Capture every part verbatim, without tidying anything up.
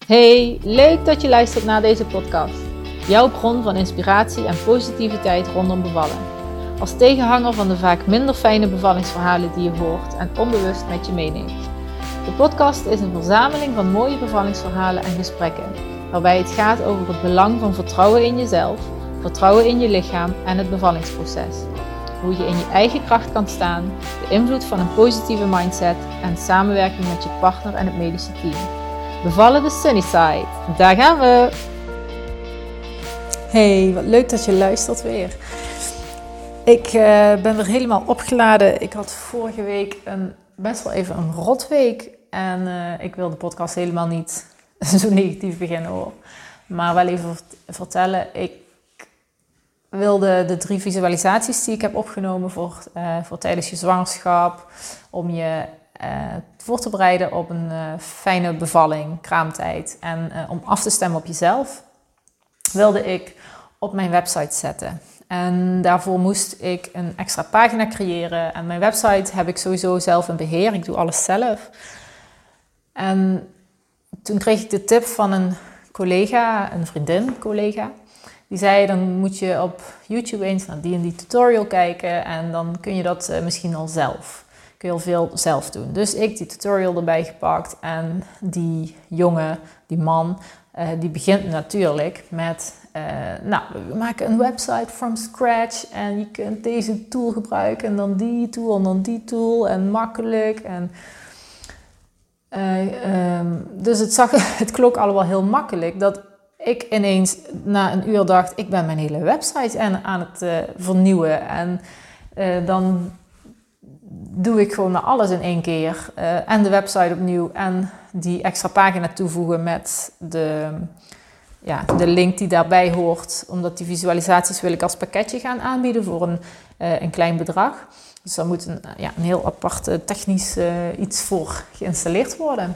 Hey, leuk dat je luistert naar deze podcast. Jouw bron van inspiratie en positiviteit rondom bevallen. Als tegenhanger van de vaak minder fijne bevallingsverhalen die je hoort en onbewust met je meeneemt. De podcast is een verzameling van mooie bevallingsverhalen en gesprekken, waarbij het gaat over het belang van vertrouwen in jezelf, vertrouwen in je lichaam en het bevallingsproces. Hoe je in je eigen kracht kan staan, de invloed van een positieve mindset en samenwerking met je partner en het medische team. Bevallen de Sunnyside. Daar gaan we! Hey, wat leuk dat je luistert weer. Ik uh, ben weer helemaal opgeladen. Ik had vorige week een, best wel even een rotweek. En uh, ik wil de podcast helemaal niet zo negatief beginnen hoor. Maar wel even vertellen. Ik wilde de drie visualisaties die ik heb opgenomen voor, uh, voor tijdens je zwangerschap. Om je Uh, voor te bereiden op een uh, fijne bevalling, kraamtijd en uh, om af te stemmen op jezelf, wilde ik op mijn website zetten. En daarvoor moest ik een extra pagina creëren. En mijn website heb ik sowieso zelf in beheer. Ik doe alles zelf. En toen kreeg ik de tip van een collega, een vriendin, collega. Die zei, dan moet je op YouTube eens naar die en die tutorial kijken en dan kun je dat uh, misschien al zelf. Heel veel zelf doen. Dus ik die tutorial erbij gepakt en die jongen, die man, uh, die begint natuurlijk met, uh, nou, we maken een website from scratch en je kunt deze tool gebruiken en dan die tool en dan die tool en makkelijk. En, uh, um, dus het, zag, het klonk allemaal heel makkelijk dat ik ineens na een uur dacht, ik ben mijn hele website aan, aan het uh, vernieuwen en uh, dan doe ik gewoon maar alles in één keer. Uh, en de website opnieuw en die extra pagina toevoegen met de, ja, de link die daarbij hoort. Omdat die visualisaties wil ik als pakketje gaan aanbieden voor een, uh, een klein bedrag. Dus daar moet een, ja, een heel apart technisch uh, iets voor geïnstalleerd worden.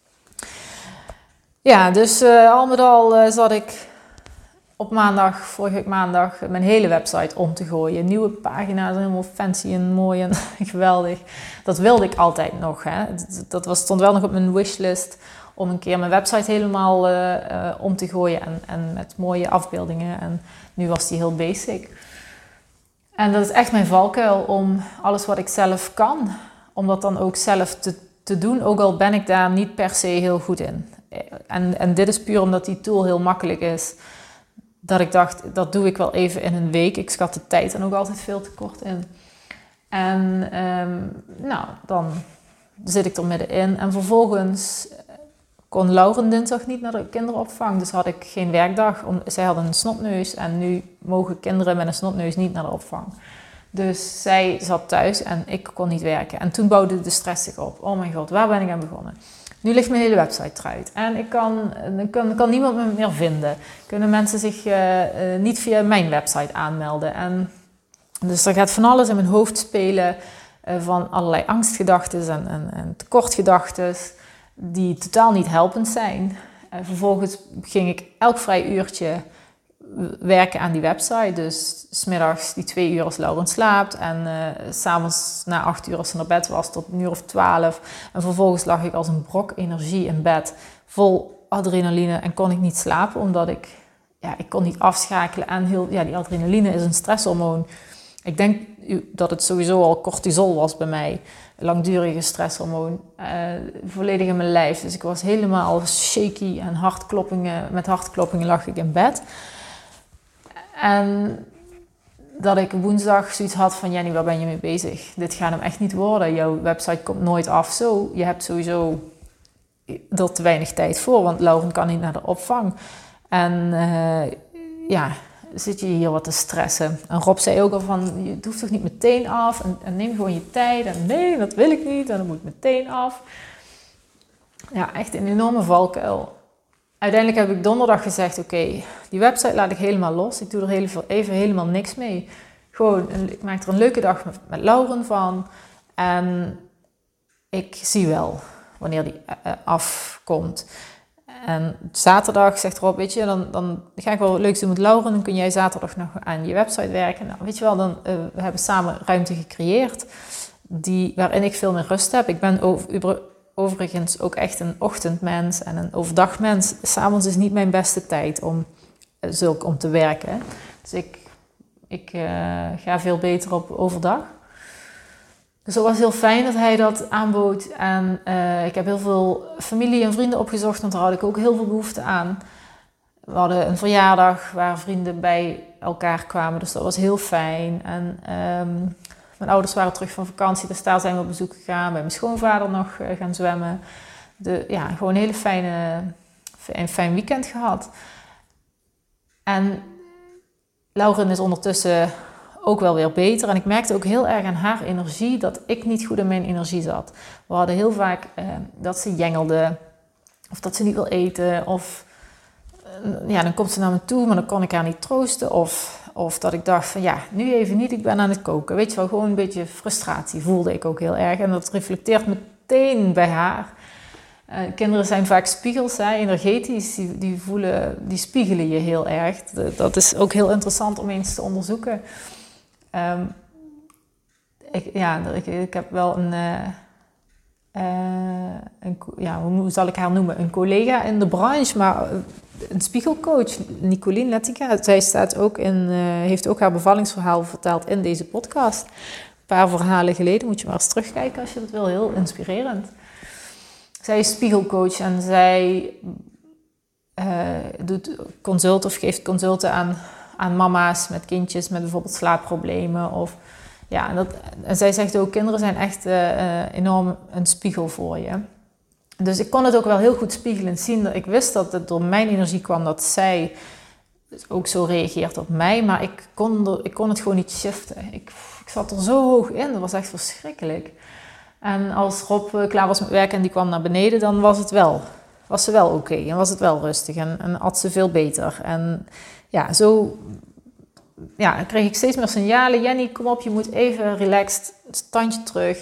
Ja, dus uh, al met al uh, zat ik op maandag, vorige week maandag, mijn hele website om te gooien. Nieuwe pagina's, helemaal fancy en mooi en geweldig. Dat wilde ik altijd nog. Hè. Dat was, stond wel nog op mijn wishlist om een keer mijn website helemaal uh, uh, om te gooien. En, en met mooie afbeeldingen. En nu was die heel basic. En dat is echt mijn valkuil om alles wat ik zelf kan, om dat dan ook zelf te, te doen. Ook al ben ik daar niet per se heel goed in. En, en dit is puur omdat die tool heel makkelijk is. Dat ik dacht, dat doe ik wel even in een week. Ik schat de tijd dan ook altijd veel te kort in. En um, nou, dan zit ik er middenin. En vervolgens kon Lauren dinsdag niet naar de kinderopvang. Dus had ik geen werkdag. Zij hadden een snotneus. En nu mogen kinderen met een snotneus niet naar de opvang. Dus zij zat thuis en ik kon niet werken. En toen bouwde de stress zich op. Oh mijn god, waar ben ik aan begonnen? Nu ligt mijn hele website eruit. En ik kan, kan, kan niemand me meer vinden. Kunnen mensen zich uh, uh, niet via mijn website aanmelden. En dus er gaat van alles in mijn hoofd spelen. Uh, van allerlei angstgedachten en, en, en tekortgedachten. Die totaal niet helpend zijn. Uh, vervolgens ging ik elk vrij uurtje werken aan die website. Dus 's middags die twee uur als Lauren slaapt. En uh, 's avonds na acht uur als ze naar bed was tot een uur of twaalf. En vervolgens lag ik als een brok energie in bed. Vol adrenaline en kon ik niet slapen. Omdat ik, ja, ik kon niet afschakelen. En heel, ja, die adrenaline is een stresshormoon. Ik denk dat het sowieso al cortisol was bij mij. Langdurige stresshormoon. Uh, volledig in mijn lijf. Dus ik was helemaal shaky en hartkloppingen. Met hartkloppingen lag ik in bed. En dat ik woensdag zoiets had van, Jenny, waar ben je mee bezig? Dit gaat hem echt niet worden. Jouw website komt nooit af zo. Je hebt sowieso er te weinig tijd voor, want Lauren kan niet naar de opvang. En uh, ja, zit je hier wat te stressen. En Rob zei ook al van, je hoeft toch niet meteen af? En, en neem gewoon je tijd. En nee, dat wil ik niet. En dan moet ik meteen af. Ja, echt een enorme valkuil. Uiteindelijk heb ik donderdag gezegd, oké, okay, die website laat ik helemaal los. Ik doe er even, even helemaal niks mee. Gewoon, ik maak er een leuke dag met, met Lauren van. En ik zie wel wanneer die uh, afkomt. En zaterdag zegt Rob, weet je, dan, dan ga ik wel wat leuks doen met Lauren. Dan kun jij zaterdag nog aan je website werken. Nou, weet je wel, dan, uh, we hebben samen ruimte gecreëerd die, waarin ik veel meer rust heb. Ik ben over, overigens ook echt een ochtendmens en een overdagmens. 's Avonds is niet mijn beste tijd om, zulk, om te werken. Dus ik, ik uh, ga veel beter op overdag. Dus het was heel fijn dat hij dat aanbood. En uh, ik heb heel veel familie en vrienden opgezocht, want daar had ik ook heel veel behoefte aan. We hadden een verjaardag waar vrienden bij elkaar kwamen, dus dat was heel fijn. En um, mijn ouders waren terug van vakantie, dus daar zijn we op bezoek gegaan. Bij mijn schoonvader nog uh, gaan zwemmen. De, ja, gewoon een hele fijne, een fijn weekend gehad. En Lauren is ondertussen ook wel weer beter. En ik merkte ook heel erg aan haar energie dat ik niet goed in mijn energie zat. We hadden heel vaak uh, dat ze jengelde, of dat ze niet wil eten, of uh, ja, dan komt ze naar me toe, maar dan kon ik haar niet troosten. Of, of dat ik dacht van ja, nu even niet, ik ben aan het koken. Weet je wel, gewoon een beetje frustratie voelde ik ook heel erg. En dat reflecteert meteen bij haar. Uh, kinderen zijn vaak spiegels, hè, energetisch, die, die, voelen, die spiegelen je heel erg. Dat is ook heel interessant om eens te onderzoeken. Um, ik, ja, ik, ik heb wel een, uh, uh, een, ja, hoe zal ik haar noemen? Een collega in de branche, maar een spiegelcoach, Nicolien Lettica. Zij staat ook in, uh, heeft ook haar bevallingsverhaal verteld in deze podcast. Een paar verhalen geleden, moet je maar eens terugkijken als je dat wil, heel inspirerend. Zij is spiegelcoach en zij uh, doet consult of geeft consulten aan, aan mama's met kindjes met bijvoorbeeld slaapproblemen. Of, ja, en, dat, en zij zegt ook, kinderen zijn echt uh, enorm een spiegel voor je. Dus ik kon het ook wel heel goed spiegelend zien. Dat ik wist dat het door mijn energie kwam dat zij ook zo reageert op mij. Maar ik kon, er, ik kon het gewoon niet shiften. Ik, ik zat er zo hoog in, dat was echt verschrikkelijk. En als Rob klaar was met werken en die kwam naar beneden, dan was het wel, was ze wel oké. Okay, en was het wel rustig en, en at ze veel beter. En ja, zo ja, kreeg ik steeds meer signalen. Jenny, kom op, je moet even relaxed, standje terug.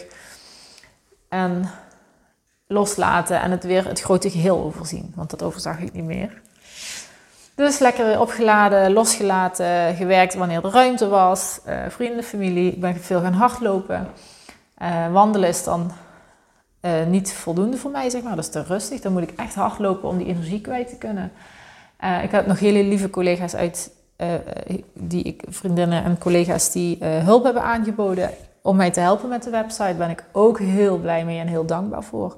En loslaten en het weer het grote geheel overzien. Want dat overzag ik niet meer. Dus lekker weer opgeladen, losgelaten, gewerkt wanneer er ruimte was. Uh, vrienden, familie, ik ben veel gaan hardlopen. Uh, wandelen is dan uh, niet voldoende voor mij, zeg maar. Dat is te rustig. Dan moet ik echt hardlopen om die energie kwijt te kunnen. Uh, ik heb nog hele lieve collega's uit, uh, die ik, vriendinnen en collega's die uh, hulp hebben aangeboden om mij te helpen met de website. Daar ben ik ook heel blij mee en heel dankbaar voor.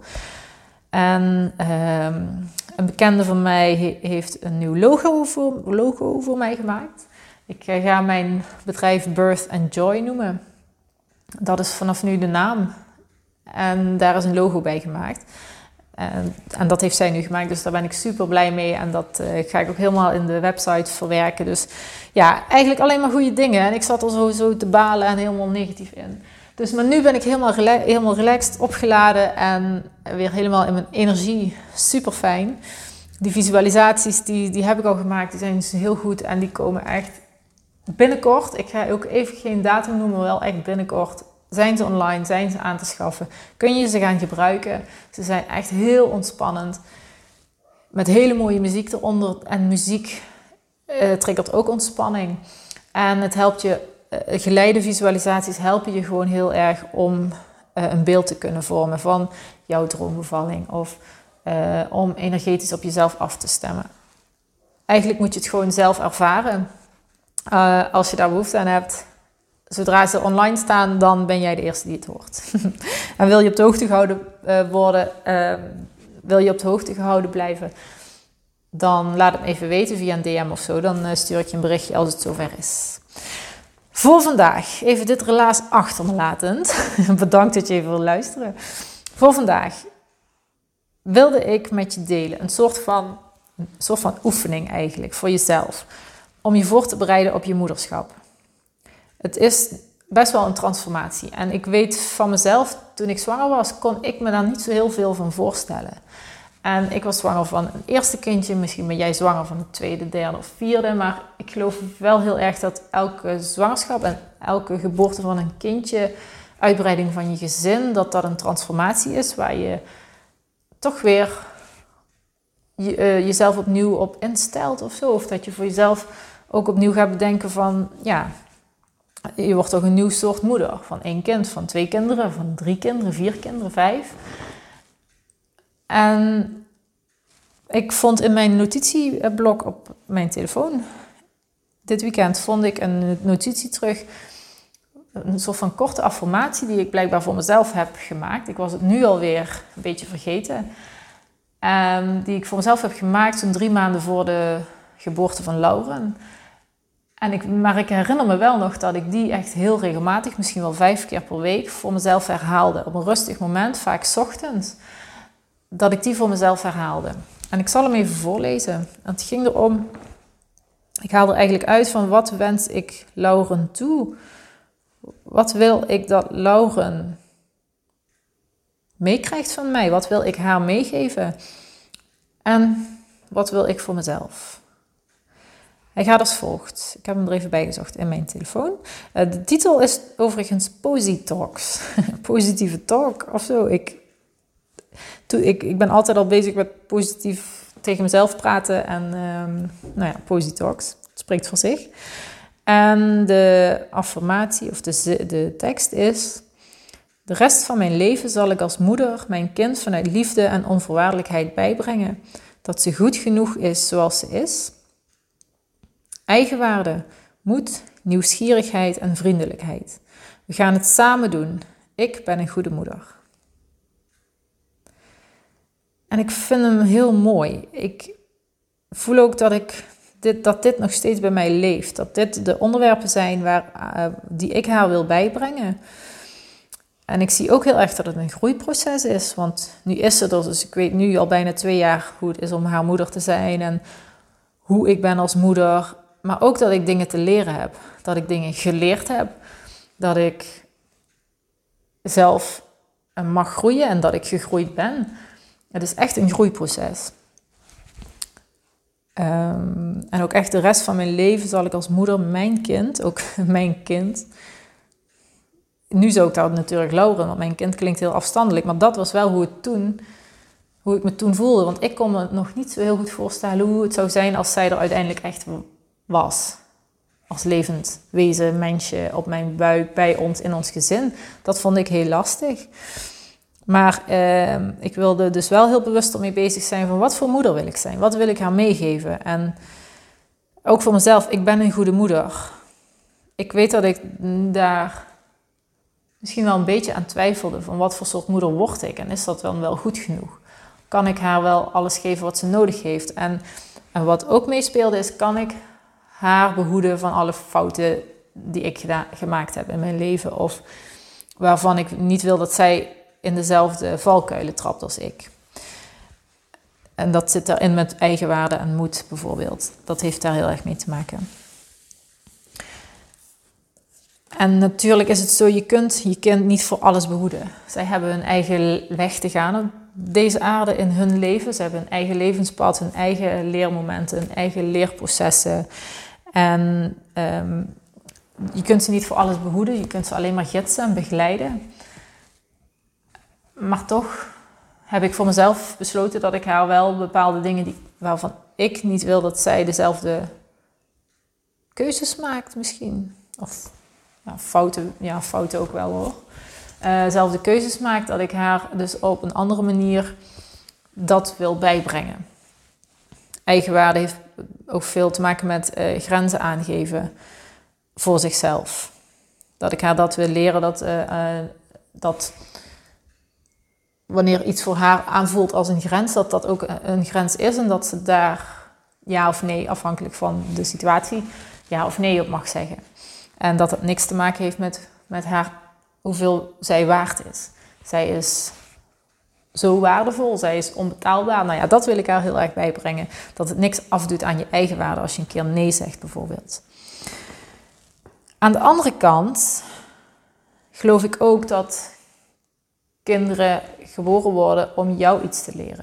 En uh, een bekende van mij he- heeft een nieuw logo voor, logo voor mij gemaakt. Ik uh, ga mijn bedrijf Birth and Joy noemen. Dat is vanaf nu de naam. En daar is een logo bij gemaakt. En, en dat heeft zij nu gemaakt. Dus daar ben ik super blij mee. En dat uh, ga ik ook helemaal in de website verwerken. Dus ja, eigenlijk alleen maar goede dingen. En ik zat er sowieso te balen en helemaal negatief in. Dus maar nu ben ik helemaal, rela- helemaal relaxed, opgeladen. En weer helemaal in mijn energie. Super fijn. Die visualisaties, die, die heb ik al gemaakt. Die zijn dus heel goed. En die komen echt binnenkort, ik ga ook even geen datum noemen, maar wel echt binnenkort, zijn ze online, zijn ze aan te schaffen. Kun je ze gaan gebruiken. Ze zijn echt heel ontspannend. Met hele mooie muziek eronder. En muziek uh, triggert ook ontspanning. En het helpt je, uh, geleide visualisaties helpen je gewoon heel erg om uh, een beeld te kunnen vormen van jouw droombevalling. Of uh, om energetisch op jezelf af te stemmen. Eigenlijk moet je het gewoon zelf ervaren. Uh, als je daar behoefte aan hebt, zodra ze online staan, dan ben jij de eerste die het hoort. En wil je op de hoogte gehouden uh, worden, uh, wil je op de hoogte gehouden blijven, dan laat het me even weten via een D M of zo. Dan uh, stuur ik je een berichtje als het zover is. Voor vandaag, even dit relaas achter me latend. Bedankt dat je even wil luisteren. Voor vandaag wilde ik met je delen een soort van, een soort van oefening eigenlijk voor jezelf. Om je voor te bereiden op je moederschap. Het is best wel een transformatie. En ik weet van mezelf, toen ik zwanger was, kon ik me daar niet zo heel veel van voorstellen. En ik was zwanger van een eerste kindje. Misschien ben jij zwanger van een tweede, derde of vierde. Maar ik geloof wel heel erg dat elke zwangerschap en elke geboorte van een kindje, uitbreiding van je gezin, dat dat een transformatie is waar je toch weer je, uh, jezelf opnieuw op instelt of zo. Of dat je voor jezelf ook opnieuw gaat bedenken van, ja, je wordt toch een nieuw soort moeder. Van één kind, van twee kinderen, van drie kinderen, vier kinderen, vijf. En ik vond in mijn notitieblok op mijn telefoon, dit weekend vond ik een notitie terug. Een soort van korte affirmatie die ik blijkbaar voor mezelf heb gemaakt. Ik was het nu alweer een beetje vergeten. Um, die ik voor mezelf heb gemaakt zo'n drie maanden voor de geboorte van Lauren. En ik, maar ik herinner me wel nog dat ik die echt heel regelmatig, misschien wel vijf keer per week, voor mezelf herhaalde. Op een rustig moment, vaak 's ochtends, dat ik die voor mezelf herhaalde. En ik zal hem even voorlezen. En het ging erom, ik haal er eigenlijk uit van wat wens ik Lauren toe? Wat wil ik dat Lauren meekrijgt van mij? Wat wil ik haar meegeven? En wat wil ik voor mezelf? Hij gaat als volgt. Ik heb hem er even bijgezocht in mijn telefoon. Uh, de titel is overigens Positalks. Positieve talk of zo. Ik, to, ik, ik ben altijd al bezig met positief tegen mezelf praten. En um, nou ja, Positalks. Het spreekt voor zich. En de affirmatie of de, de tekst is: de rest van mijn leven zal ik als moeder mijn kind vanuit liefde en onvoorwaardelijkheid bijbrengen. Dat ze goed genoeg is zoals ze is. Eigenwaarde, moed, nieuwsgierigheid en vriendelijkheid. We gaan het samen doen. Ik ben een goede moeder. En ik vind hem heel mooi. Ik voel ook dat, ik dit, dat dit nog steeds bij mij leeft. Dat dit de onderwerpen zijn waar, uh, die ik haar wil bijbrengen. En ik zie ook heel erg dat het een groeiproces is. Want nu is ze er, dus ik weet nu al bijna twee jaar hoe het is om haar moeder te zijn. En hoe ik ben als moeder. Maar ook dat ik dingen te leren heb. Dat ik dingen geleerd heb. Dat ik zelf mag groeien en dat ik gegroeid ben. Het is echt een groeiproces. Um, en ook echt de rest van mijn leven zal ik als moeder mijn kind, ook mijn kind... Nu zou ik dat natuurlijk Lauren, want mijn kind klinkt heel afstandelijk. Maar dat was wel hoe, het toen, hoe ik me toen voelde. Want ik kon me nog niet zo heel goed voorstellen hoe het zou zijn als zij er uiteindelijk echt was. Als levend wezen, mensje op mijn buik, bij ons, in ons gezin. Dat vond ik heel lastig. Maar eh, ik wilde dus wel heel bewust ermee bezig zijn van wat voor moeder wil ik zijn? Wat wil ik haar meegeven? En ook voor mezelf, ik ben een goede moeder. Ik weet dat ik daar misschien wel een beetje aan twijfelde van wat voor soort moeder word ik? En is dat dan wel goed genoeg? Kan ik haar wel alles geven wat ze nodig heeft? En, en wat ook meespeelde is, kan ik haar behoeden van alle fouten die ik geda- gemaakt heb in mijn leven? Of waarvan ik niet wil dat zij in dezelfde valkuilen trapt als ik. En dat zit daarin met eigenwaarde en moed bijvoorbeeld. Dat heeft daar heel erg mee te maken. En natuurlijk is het zo, je kunt je kind niet voor alles behoeden. Zij hebben hun eigen weg te gaan op deze aarde in hun leven. Ze hebben hun eigen levenspad, hun eigen leermomenten, hun eigen leerprocessen. En um, je kunt ze niet voor alles behoeden. Je kunt ze alleen maar gidsen en begeleiden. Maar toch heb ik voor mezelf besloten dat ik haar wel bepaalde dingen die, waarvan ik niet wil dat zij dezelfde keuzes maakt misschien. Of ja, fouten, ja, fouten ook wel hoor. Uh, dezelfde keuzes maakt, dat ik haar dus op een andere manier dat wil bijbrengen. Eigenwaarde heeft ook veel te maken met uh, grenzen aangeven voor zichzelf. Dat ik haar dat wil leren, dat, uh, uh, dat wanneer iets voor haar aanvoelt als een grens, dat dat ook een grens is en dat ze daar ja of nee, afhankelijk van de situatie, ja of nee op mag zeggen. En dat het niks te maken heeft met, met haar, hoeveel zij waard is. Zij is zo waardevol, zij is onbetaalbaar. Nou ja, dat wil ik haar heel erg bijbrengen. Dat het niks afdoet aan je eigen waarde als je een keer nee zegt bijvoorbeeld. Aan de andere kant geloof ik ook dat kinderen geboren worden om jou iets te leren.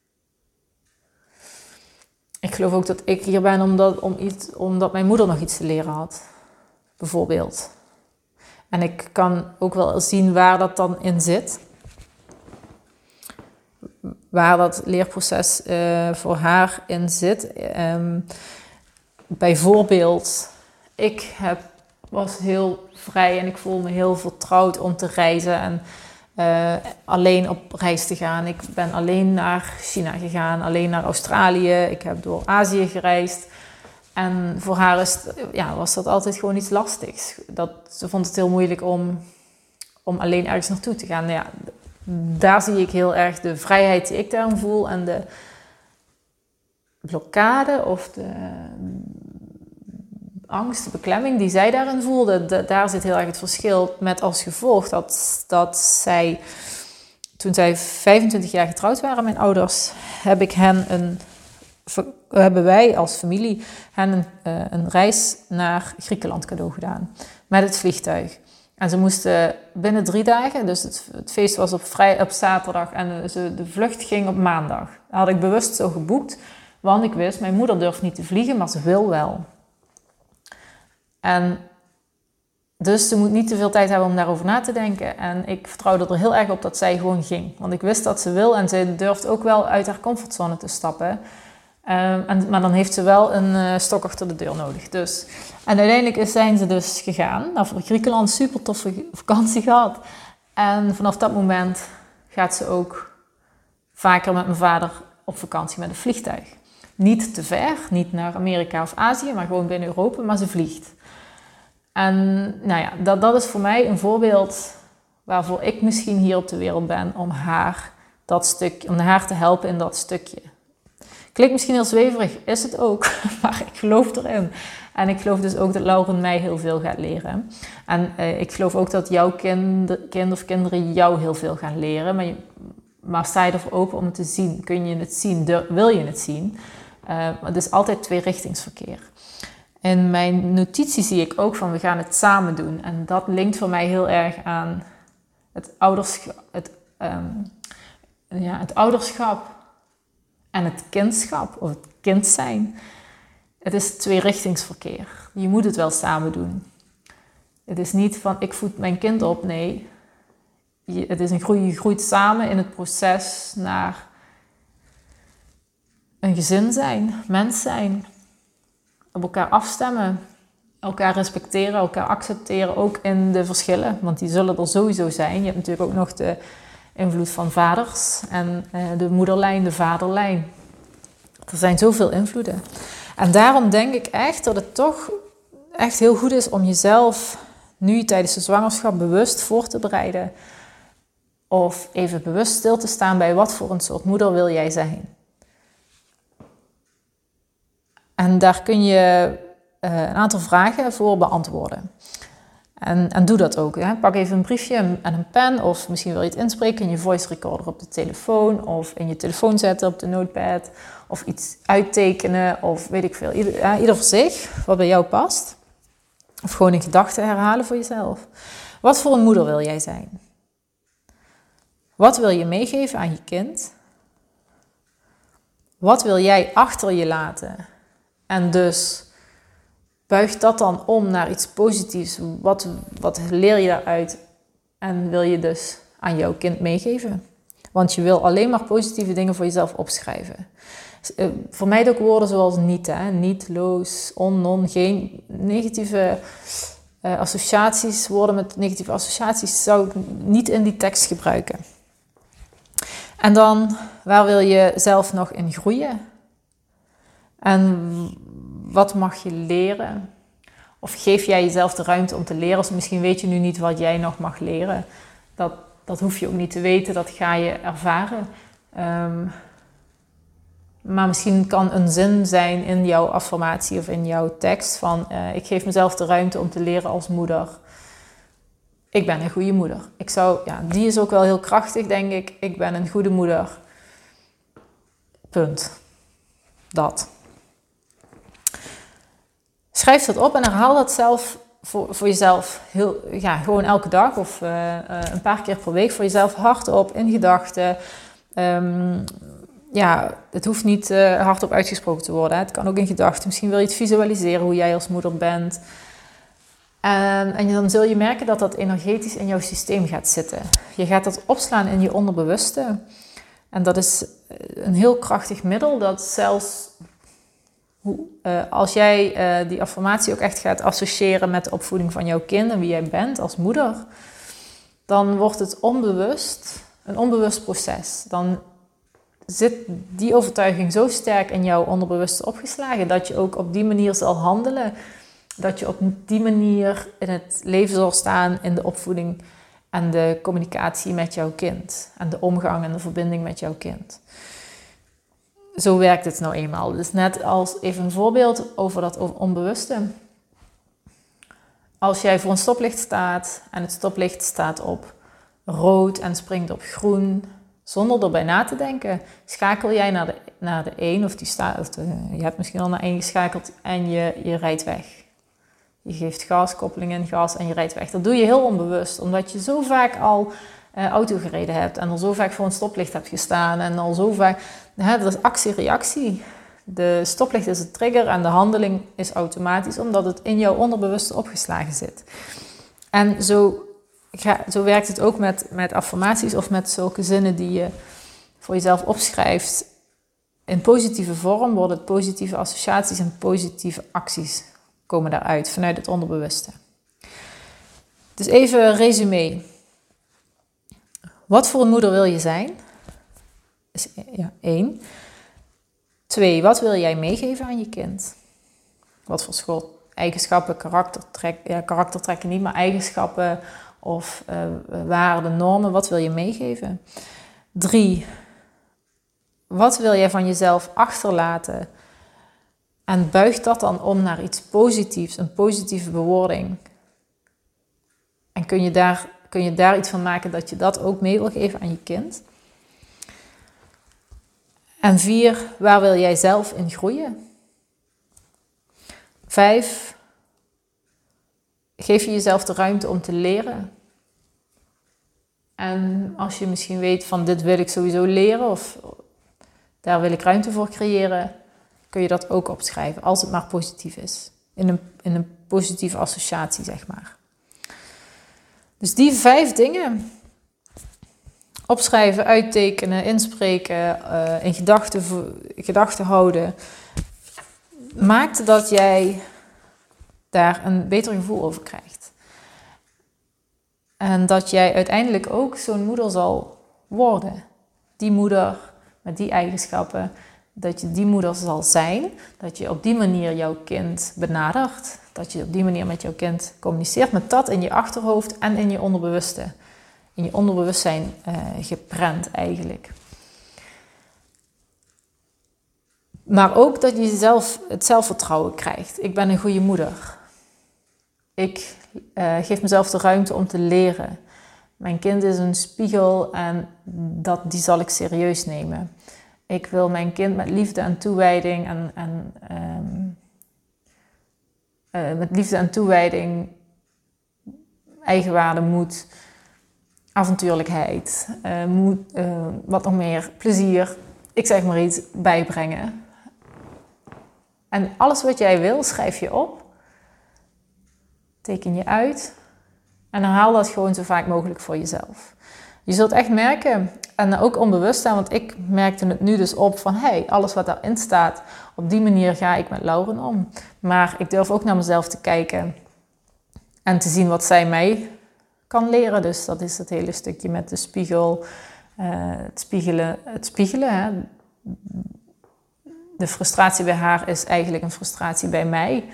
Ik geloof ook dat ik hier ben omdat, om iets, omdat mijn moeder nog iets te leren had. Bijvoorbeeld. En ik kan ook wel zien waar dat dan in zit. Waar dat leerproces uh, voor haar in zit. Um, bijvoorbeeld, ik heb, was heel vrij en ik voel me heel vertrouwd om te reizen. En uh, alleen op reis te gaan. Ik ben alleen naar China gegaan, alleen naar Australië. Ik heb door Azië gereisd. En voor haar is het, ja, was dat altijd gewoon iets lastigs. Dat, ze vond het heel moeilijk om, om alleen ergens naartoe te gaan. Nou ja, daar zie ik heel erg de vrijheid die ik daarin voel en de blokkade of de angst, de beklemming die zij daarin voelde. De, daar zit heel erg het verschil met als gevolg dat, dat zij, toen zij vijfentwintig jaar getrouwd waren, mijn ouders, heb ik hen een, hebben wij als familie hen een, uh, een reis naar Griekenland cadeau gedaan met het vliegtuig. En ze moesten binnen drie dagen, dus het, het feest was op, vrij, op zaterdag en de, de vlucht ging op maandag. Dat had ik bewust zo geboekt, want ik wist, mijn moeder durft niet te vliegen, maar ze wil wel. En dus ze moet niet te veel tijd hebben om daarover na te denken. En ik vertrouwde er heel erg op dat zij gewoon ging. Want ik wist dat ze wil en ze durft ook wel uit haar comfortzone te stappen. Um, en, maar dan heeft ze wel een uh, stok achter de deur nodig. Dus. En uiteindelijk zijn ze dus gegaan naar Griekenland. Super toffe vakantie gehad. En vanaf dat moment gaat ze ook vaker met mijn vader op vakantie met een vliegtuig. Niet te ver, niet naar Amerika of Azië, maar gewoon binnen Europa, maar ze vliegt. En nou ja, dat, dat is voor mij een voorbeeld waarvoor ik misschien hier op de wereld ben om haar, dat stuk, om haar te helpen in dat stukje. Klinkt misschien heel zweverig, is het ook, maar ik geloof erin. En ik geloof dus ook dat Lauren mij heel veel gaat leren. En eh, ik geloof ook dat jouw kind, kind of kinderen jou heel veel gaan leren. Maar, je, maar sta je ervoor open om het te zien? Kun je het zien? Durf, wil je het zien? Uh, het is altijd tweerichtingsverkeer. In mijn notitie zie ik ook van we gaan het samen doen. En dat linkt voor mij heel erg aan het ouderschap, het, um, ja, het ouderschap en het kindschap of het kind zijn. Het is tweerichtingsverkeer. Je moet het wel samen doen. Het is niet van ik voed mijn kind op, nee. Je, het is een groei, je groeit samen in het proces naar een gezin zijn, mens zijn. Op elkaar afstemmen, elkaar respecteren, elkaar accepteren, ook in de verschillen. Want die zullen er sowieso zijn. Je hebt natuurlijk ook nog de invloed van vaders en uh, de moederlijn, de vaderlijn. Er zijn zoveel invloeden. En daarom denk ik echt dat het toch echt heel goed is om jezelf nu tijdens de zwangerschap bewust voor te bereiden. Of even bewust stil te staan bij wat voor een soort moeder wil jij zijn. En daar kun je uh, een aantal vragen voor beantwoorden. En, en doe dat ook. Hè. Pak even een briefje en een pen. Of misschien wil je het inspreken in je voice recorder op de telefoon. Of in je telefoon zetten op de notepad. Of iets uittekenen. Of weet ik veel. Ieder, ja, ieder voor zich. Wat bij jou past. Of gewoon in gedachten herhalen voor jezelf. Wat voor een moeder wil jij zijn? Wat wil je meegeven aan je kind? Wat wil jij achter je laten? En dus buig dat dan om naar iets positiefs. Wat, wat leer je daaruit? En wil je dus aan jouw kind meegeven? Want je wil alleen maar positieve dingen voor jezelf opschrijven. Uh, vermijd ook woorden zoals niet, hè? Niet, loos, on, non, geen negatieve uh, associaties. Woorden met negatieve associaties zou ik niet in die tekst gebruiken. En dan, waar wil je zelf nog in groeien? En wat mag je leren? Of geef jij jezelf de ruimte om te leren? Of misschien weet je nu niet wat jij nog mag leren. Dat, dat hoef je ook niet te weten, dat ga je ervaren. Um, maar misschien kan een zin zijn in jouw affirmatie of in jouw tekst van uh, ik geef mezelf de ruimte om te leren als moeder. Ik ben een goede moeder. Ik zou, ja, die is ook wel heel krachtig, denk ik. Ik ben een goede moeder. Punt. Dat. Schrijf dat op en herhaal dat zelf voor, voor jezelf heel, ja, gewoon elke dag of uh, uh, een paar keer per week voor jezelf hardop in gedachten. Um, ja, het hoeft niet uh, hardop uitgesproken te worden. Hè. Het kan ook in gedachten. Misschien wil je het visualiseren hoe jij als moeder bent. Um, en dan zul je merken dat dat energetisch in jouw systeem gaat zitten. Je gaat dat opslaan in je onderbewuste. En dat is een heel krachtig middel dat zelfs hoe, uh, als jij uh, die affirmatie ook echt gaat associëren met de opvoeding van jouw kind en wie jij bent als moeder, dan wordt het onbewust, een onbewust proces. Dan zit die overtuiging zo sterk in jouw onderbewuste opgeslagen dat je ook op die manier zal handelen. Dat je op die manier in het leven zal staan in de opvoeding en de communicatie met jouw kind. En de omgang en de verbinding met jouw kind. Zo werkt het nou eenmaal. Dus net als even een voorbeeld over dat onbewuste. Als jij voor een stoplicht staat en het stoplicht staat op rood en springt op groen, zonder erbij na te denken, schakel jij naar de, naar de één of die staat, of de, je hebt misschien al naar één geschakeld en je, je rijdt weg. Je geeft gas, koppeling in gas en je rijdt weg. Dat doe je heel onbewust, omdat je zo vaak al uh, auto gereden hebt en al zo vaak voor een stoplicht hebt gestaan en al zo vaak, hè, dat is actie-reactie. De stoplicht is de trigger en de handeling is automatisch, omdat het in jouw onderbewuste opgeslagen zit. En zo, ga, zo werkt het ook met, met affirmaties of met zulke zinnen die je voor jezelf opschrijft. In positieve vorm worden het positieve associaties en positieve acties komen daaruit vanuit het onderbewuste. Dus even een resume. Wat voor een moeder wil je zijn? Is ja, één. Twee, wat wil jij meegeven aan je kind? Wat voor school, eigenschappen, karaktertrek, ja, karaktertrekken niet, maar eigenschappen of uh, waarden, normen, wat wil je meegeven? Drie, wat wil jij van jezelf achterlaten? En buig dat dan om naar iets positiefs, een positieve bewoording. En kun je daar, kun je daar iets van maken dat je dat ook mee wil geven aan je kind? En vier, waar wil jij zelf in groeien? Vijf, geef je jezelf de ruimte om te leren. En als je misschien weet van dit wil ik sowieso leren of daar wil ik ruimte voor creëren, kun je dat ook opschrijven als het maar positief is. In een, in een positieve associatie, zeg maar. Dus die vijf dingen, opschrijven, uittekenen, inspreken, uh, in gedachten, gedachten houden, maakt dat jij daar een beter gevoel over krijgt. En dat jij uiteindelijk ook zo'n moeder zal worden. Die moeder met die eigenschappen, dat je die moeder zal zijn, dat je op die manier jouw kind benadert, dat je op die manier met jouw kind communiceert, met dat in je achterhoofd en in je onderbewuste. In je onderbewustzijn uh, geprent eigenlijk. Maar ook dat je zelf het zelfvertrouwen krijgt. Ik ben een goede moeder. Ik uh, geef mezelf de ruimte om te leren. Mijn kind is een spiegel en dat, die zal ik serieus nemen. Ik wil mijn kind met liefde en toewijding en, en um, uh, met liefde en toewijding, eigenwaarde, moed, avontuurlijkheid, uh, moed, uh, wat nog meer, plezier, ik zeg maar iets, bijbrengen. En alles wat jij wil, schrijf je op, teken je uit en herhaal dat gewoon zo vaak mogelijk voor jezelf. Je zult echt merken, en ook onbewust staan, want ik merkte het nu dus op van, hey, alles wat daarin staat, op die manier ga ik met Lauren om. Maar ik durf ook naar mezelf te kijken en te zien wat zij mij kan leren. Dus dat is het hele stukje met de spiegel, uh, het spiegelen. Het spiegelen hè. De frustratie bij haar is eigenlijk een frustratie bij mij.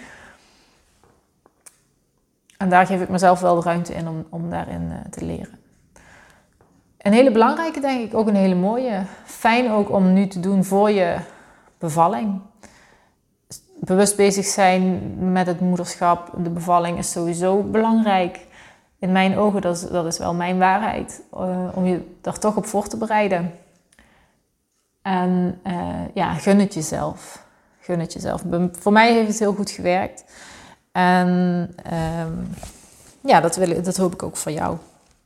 En daar geef ik mezelf wel de ruimte in om, om daarin uh, te leren. Een hele belangrijke, denk ik, ook een hele mooie. Fijn ook om nu te doen voor je bevalling. Bewust bezig zijn met het moederschap, de bevalling is sowieso belangrijk. In mijn ogen, dat is, dat is wel mijn waarheid. Uh, om je er toch op voor te bereiden. En uh, ja, gun het jezelf. Gun het jezelf. Voor mij heeft het heel goed gewerkt. En um, ja, dat, wil, dat hoop ik ook voor jou.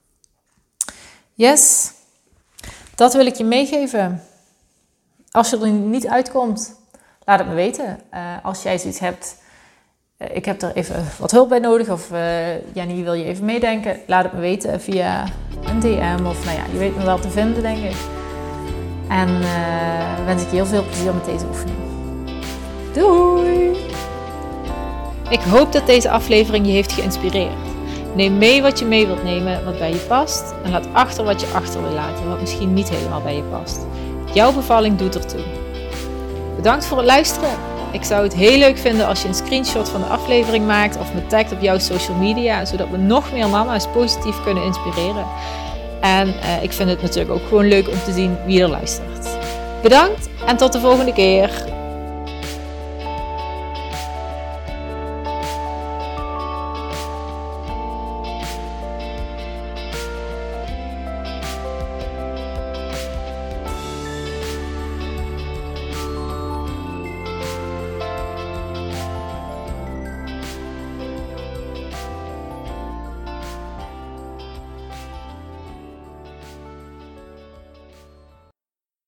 Yes, dat wil ik je meegeven. Als je er niet uitkomt, laat het me weten. Uh, als jij zoiets hebt, uh, ik heb er even wat hulp bij nodig. Of uh, Jannie, wil je even meedenken? Laat het me weten via een D M. Of nou ja, je weet me wel te vinden, denk ik. En uh, wens ik je heel veel plezier met deze oefening. Doei! Ik hoop dat deze aflevering je heeft geïnspireerd. Neem mee wat je mee wilt nemen, wat bij je past. En laat achter wat je achter wil laten, wat misschien niet helemaal bij je past. Jouw bevalling doet ertoe. Bedankt voor het luisteren. Ik zou het heel leuk vinden als je een screenshot van de aflevering maakt of me tagt op jouw social media, zodat we nog meer mama's positief kunnen inspireren. En uh, ik vind het natuurlijk ook gewoon leuk om te zien wie er luistert. Bedankt en tot de volgende keer.